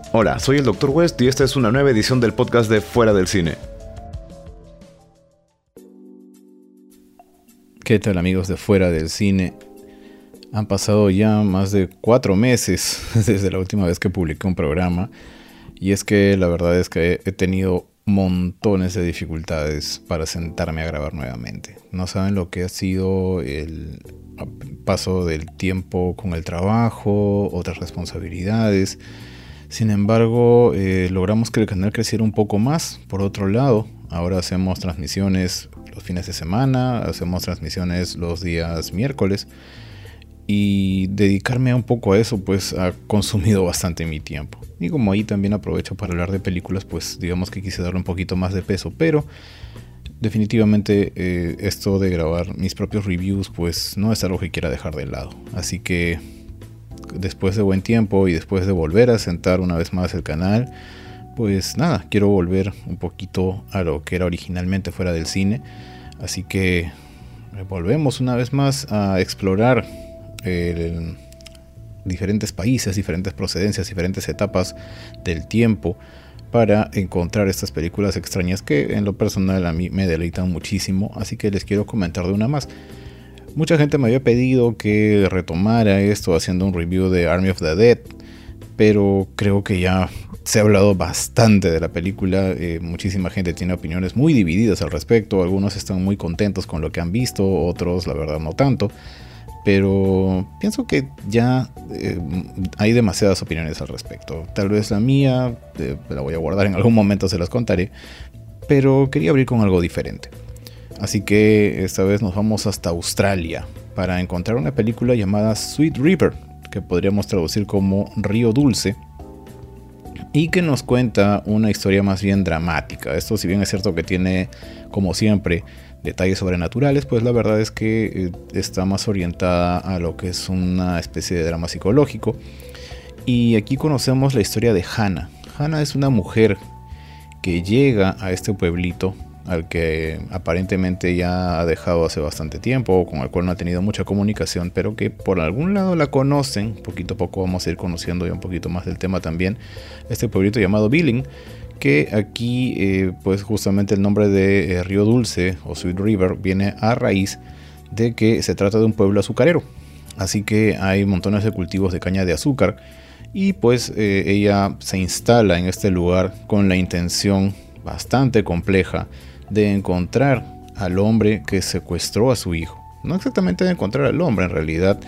Hola, soy el Dr. West y esta es una nueva edición del podcast de Fuera del Cine. ¿Qué tal, amigos de Fuera del Cine? Han pasado ya más de 4 meses desde la última vez que publiqué un programa, y es que la verdad es que he tenido montones de dificultades para sentarme a grabar nuevamente. No saben lo que ha sido el paso del tiempo con el trabajo, otras responsabilidades. Sin embargo, logramos que el canal creciera un poco más. Por otro lado, ahora hacemos transmisiones los fines de semana, hacemos transmisiones los días miércoles, y dedicarme un poco a eso pues ha consumido bastante mi tiempo. Y como ahí también aprovecho para hablar de películas, pues digamos que quise darle un poquito más de peso, pero definitivamente esto de grabar mis propios reviews pues no es algo que quiera dejar de lado. Así que después de buen tiempo y después de volver a sentar una vez más el canal, pues nada, quiero volver un poquito a lo que era originalmente Fuera del Cine. Así que volvemos una vez más a explorar diferentes países, diferentes procedencias, diferentes etapas del tiempo para encontrar estas películas extrañas que en lo personal a mí me deleitan muchísimo. Así que les quiero comentar de una más. Mucha gente me había pedido que retomara esto haciendo un review de Army of the Dead, pero creo que ya se ha hablado bastante de la película. Muchísima gente tiene opiniones muy divididas al respecto. Algunos están muy contentos con lo que han visto, otros la verdad no tanto. Pero pienso que ya hay demasiadas opiniones al respecto. Tal vez la mía la voy a guardar, en algún momento se las contaré, pero quería abrir con algo diferente. Así que esta vez nos vamos hasta Australia para encontrar una película llamada Sweet River, que podríamos traducir como Río Dulce, y que nos cuenta una historia más bien dramática. Esto, si bien es cierto que tiene, como siempre, detalles sobrenaturales, pues la verdad es que está más orientada a lo que es una especie de drama psicológico. Y aquí conocemos la historia de Hannah. Hannah es una mujer que llega a este pueblito al que aparentemente ya ha dejado hace bastante tiempo, con el cual no ha tenido mucha comunicación, pero que por algún lado la conocen. Poquito a poco vamos a ir conociendo ya un poquito más del tema también. Este pueblito llamado Billing, que aquí pues justamente el nombre de Río Dulce o Sweet River viene a raíz de que se trata de un pueblo azucarero. Así que hay montones de cultivos de caña de azúcar, y pues ella se instala en este lugar con la intención bastante compleja de encontrar al hombre que secuestró a su hijo. No exactamente de encontrar al hombre en realidad,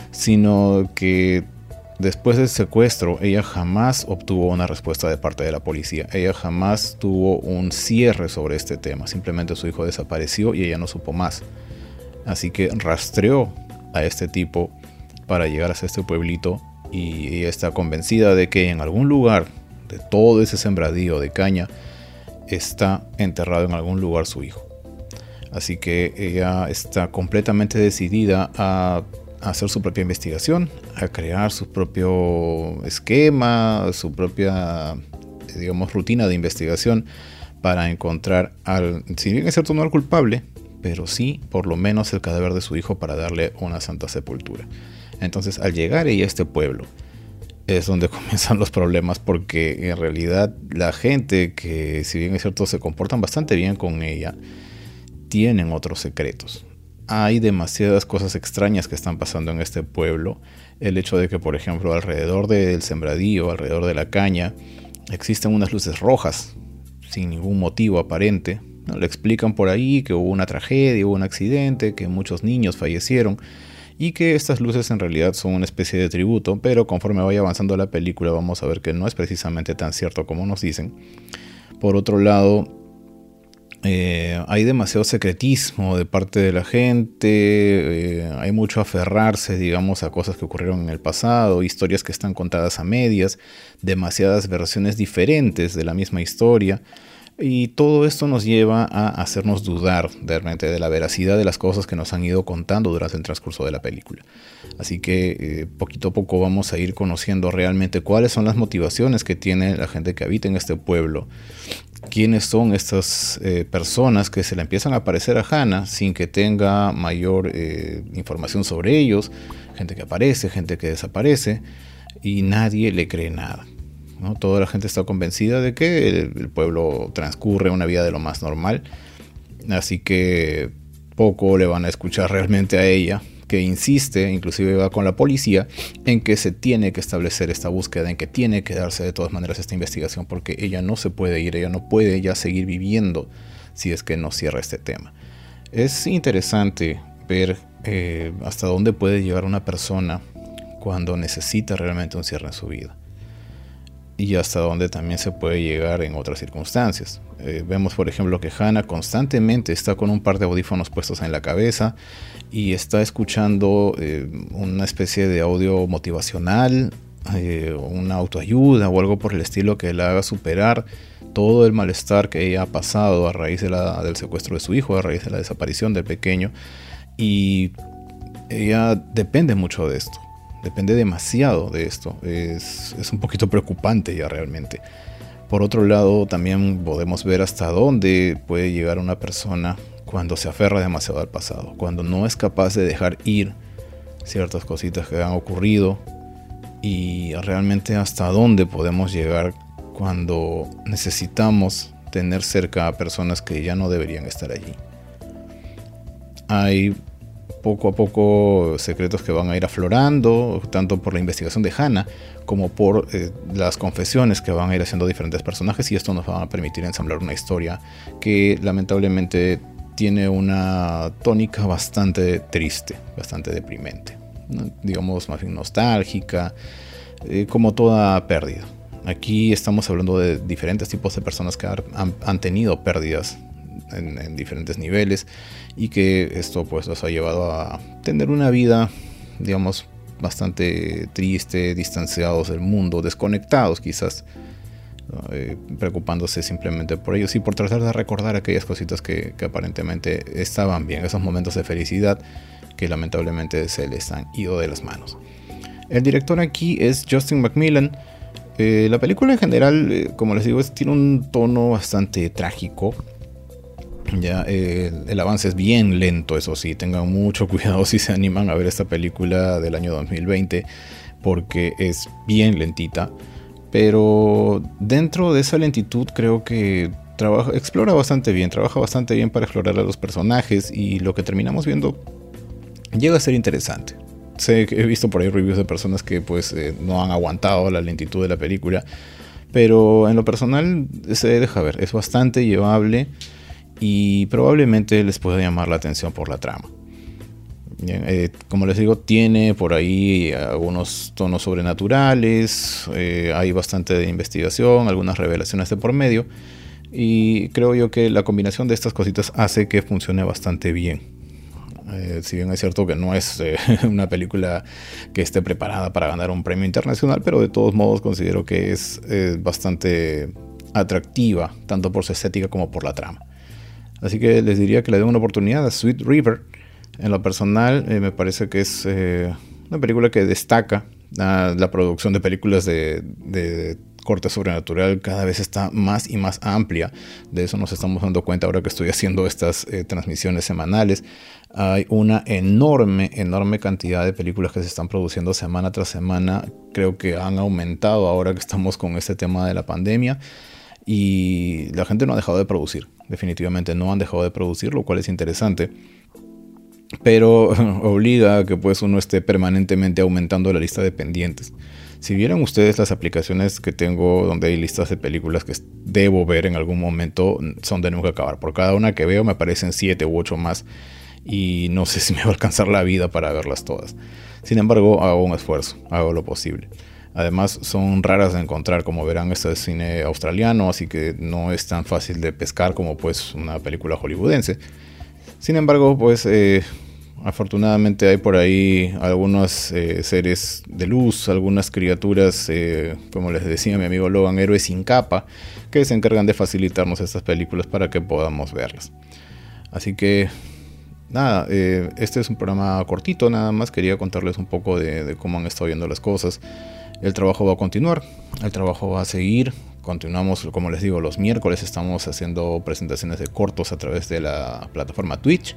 sino que después del secuestro ella jamás obtuvo una respuesta de parte de la policía. Ella jamás tuvo un cierre sobre este tema. Simplemente su hijo desapareció y ella no supo más. Así que rastreó a este tipo para llegar hasta este pueblito, y ella está convencida de que en algún lugar de todo ese sembradío de caña está enterrado en algún lugar su hijo. Así que ella está completamente decidida a hacer su propia investigación, a crear su propio esquema, su propia, digamos, rutina de investigación para encontrar al, si bien es cierto, no al culpable, pero sí por lo menos el cadáver de su hijo para darle una santa sepultura. Entonces, al llegar ella a este pueblo, es donde comienzan los problemas, porque en realidad la gente, que si bien es cierto se comportan bastante bien con ella, tienen otros secretos. Hay demasiadas cosas extrañas que están pasando en este pueblo. El hecho de que, por ejemplo, alrededor del sembradío, alrededor de la caña, existen unas luces rojas sin ningún motivo aparente. Le explican por ahí que hubo una tragedia, hubo un accidente, que muchos niños fallecieron, y que estas luces en realidad son una especie de tributo, pero conforme vaya avanzando la película vamos a ver que no es precisamente tan cierto como nos dicen. Por otro lado, hay demasiado secretismo de parte de la gente, hay mucho aferrarse, digamos, a cosas que ocurrieron en el pasado, historias que están contadas a medias, demasiadas versiones diferentes de la misma historia. Y todo esto nos lleva a hacernos dudar realmente de la veracidad de las cosas que nos han ido contando durante el transcurso de la película. Así que poquito a poco vamos a ir conociendo realmente cuáles son las motivaciones que tiene la gente que habita en este pueblo. Quiénes son estas personas que se le empiezan a aparecer a Hannah sin que tenga mayor información sobre ellos. Gente que aparece, gente que desaparece, y nadie le cree nada. ¿no? Toda la gente está convencida de que el pueblo transcurre una vida de lo más normal, así que poco le van a escuchar realmente a ella, que insiste, inclusive va con la policía, en que se tiene que establecer esta búsqueda, en que tiene que darse de todas maneras esta investigación, porque ella no se puede ir, ella no puede ya seguir viviendo si es que no cierra este tema. Es interesante ver hasta dónde puede llegar una persona cuando necesita realmente un cierre en su vida, y hasta dónde también se puede llegar en otras circunstancias. Vemos, por ejemplo, que Hannah constantemente está con un par de audífonos puestos en la cabeza y está escuchando una especie de audio motivacional, una autoayuda o algo por el estilo que la haga superar todo el malestar que ella ha pasado a raíz del secuestro de su hijo, a raíz de la desaparición del pequeño, y ella depende mucho de esto. Depende demasiado de esto. Es un poquito preocupante ya realmente. Por otro lado, también podemos ver hasta dónde puede llegar una persona cuando se aferra demasiado al pasado, cuando no es capaz de dejar ir ciertas cositas que han ocurrido, y realmente hasta dónde podemos llegar cuando necesitamos tener cerca a personas que ya no deberían estar allí. Hay poco a poco secretos que van a ir aflorando, tanto por la investigación de Hannah como por las confesiones que van a ir haciendo diferentes personajes, y esto nos va a permitir ensamblar una historia que lamentablemente tiene una tónica bastante triste, bastante deprimente, ¿no? Digamos más bien nostálgica, como toda pérdida. Aquí estamos hablando de diferentes tipos de personas que han tenido pérdidas en diferentes niveles, y que esto pues los ha llevado a tener una vida, digamos, bastante triste, distanciados del mundo, desconectados quizás, preocupándose simplemente por ellos y por tratar de recordar aquellas cositas que aparentemente estaban bien, esos momentos de felicidad que lamentablemente se les han ido de las manos. El director aquí es Justin McMillan. La película en general, como les digo, tiene un tono bastante trágico. Ya, el avance es bien lento, eso sí, tengan mucho cuidado si se animan a ver esta película del año 2020, porque es bien lentita, pero dentro de esa lentitud creo que explora bastante bien, trabaja bastante bien para explorar a los personajes, y lo que terminamos viendo llega a ser interesante. Sé que he visto por ahí reviews de personas que pues no han aguantado la lentitud de la película, pero en lo personal se deja ver, es bastante llevable y probablemente les pueda llamar la atención por la trama. Bien, como les digo, tiene por ahí algunos tonos sobrenaturales, hay bastante de investigación, algunas revelaciones de por medio, y creo yo que la combinación de estas cositas hace que funcione bastante bien. Si bien es cierto que no es una película que esté preparada para ganar un premio internacional, pero de todos modos considero que es bastante atractiva, tanto por su estética como por la trama. Así que les diría que le den una oportunidad a Sweet River. En lo personal, me parece que es una película que destaca. La producción de películas de corte sobrenatural cada vez está más y más amplia. De eso nos estamos dando cuenta ahora que estoy haciendo estas transmisiones semanales. Hay una enorme cantidad de películas que se están produciendo semana tras semana. Creo que han aumentado ahora que estamos con este tema de la pandemia. Y la gente no ha dejado de producir. Definitivamente no han dejado de producir, lo cual es interesante. Pero obliga a que pues uno esté permanentemente aumentando la lista de pendientes. Si vieran ustedes las aplicaciones que tengo donde hay listas de películas que debo ver en algún momento, son de nunca acabar. Por cada una que veo me aparecen 7 u 8 más. Y no sé si me va a alcanzar la vida para verlas todas. Sin embargo, hago un esfuerzo, hago lo posible. Además, son raras de encontrar, como verán, este es cine australiano, así que no es tan fácil de pescar como pues una película hollywoodense. Sin embargo, pues afortunadamente hay por ahí algunos seres de luz, algunas criaturas, como les decía mi amigo Logan, héroes sin capa, que se encargan de facilitarnos estas películas para que podamos verlas. Así que nada, este es un programa cortito, nada más quería contarles un poco de cómo han estado viendo las cosas. El trabajo va a continuar, el trabajo va a seguir. Continuamos, como les digo, los miércoles estamos haciendo presentaciones de cortos a través de la plataforma Twitch.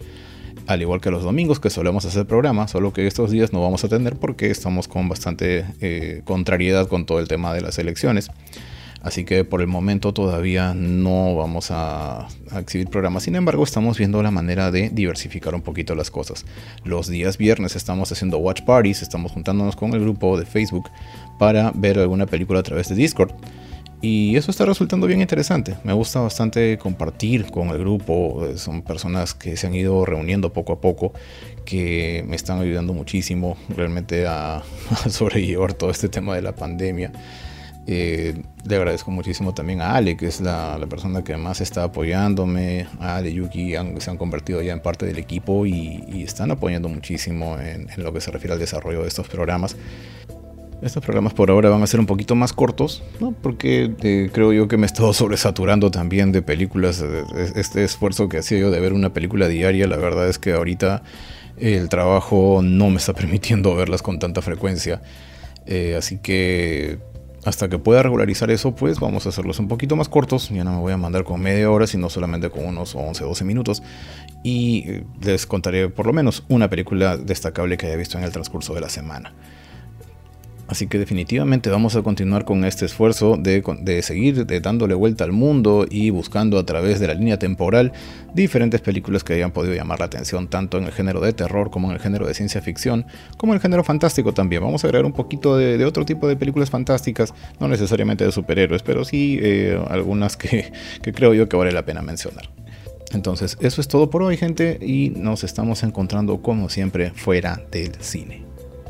al igual que los domingos que solemos hacer programa, solo que estos días no vamos a tener porque estamos con bastante contrariedad con todo el tema de las elecciones. Así que por el momento todavía no vamos a exhibir programas. Sin embargo, estamos viendo la manera de diversificar un poquito las cosas. Los días viernes estamos haciendo watch parties, estamos juntándonos con el grupo de Facebook para ver alguna película a través de Discord. Y eso está resultando bien interesante. Me gusta bastante compartir con el grupo. Son personas que se han ido reuniendo poco a poco, que me están ayudando muchísimo realmente a sobrellevar todo este tema de la pandemia. Le agradezco muchísimo también a Ale, que es la persona que más está apoyándome. A Ale y Yuki se han convertido ya en parte del equipo y están apoyando muchísimo en lo que se refiere al desarrollo de estos programas. Estos programas por ahora van a ser un poquito más cortos, ¿no? Porque creo yo que me he estado sobresaturando también de películas. Este esfuerzo que hacía yo de ver una película diaria, la verdad es que ahorita el trabajo no me está permitiendo verlas con tanta frecuencia. Así que hasta que pueda regularizar eso, pues vamos a hacerlos un poquito más cortos. Ya no me voy a mandar con media hora, sino solamente con unos 11-12 minutos. Y les contaré por lo menos una película destacable que haya visto en el transcurso de la semana. Así que definitivamente vamos a continuar con este esfuerzo de seguir dándole vuelta al mundo y buscando a través de la línea temporal diferentes películas que hayan podido llamar la atención tanto en el género de terror como en el género de ciencia ficción, como en el género fantástico también. Vamos a agregar un poquito de otro tipo de películas fantásticas, no necesariamente de superhéroes, pero sí algunas que creo yo que vale la pena mencionar. Entonces eso es todo por hoy, gente, y nos estamos encontrando como siempre fuera del cine.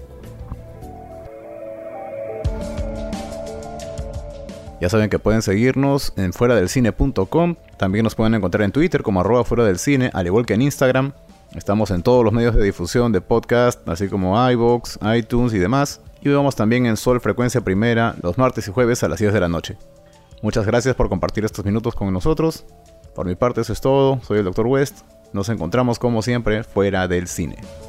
Ya saben que pueden seguirnos en fueradelcine.com. También nos pueden encontrar en Twitter como @fueradelcine, al igual que en Instagram. Estamos en todos los medios de difusión de podcast, así como iVoox, iTunes y demás. Y vamos también en Sol Frecuencia Primera los martes y jueves a las 10 de la noche. Muchas gracias por compartir estos minutos con nosotros. Por mi parte eso es todo. Soy el Dr. West. Nos encontramos como siempre fuera del cine.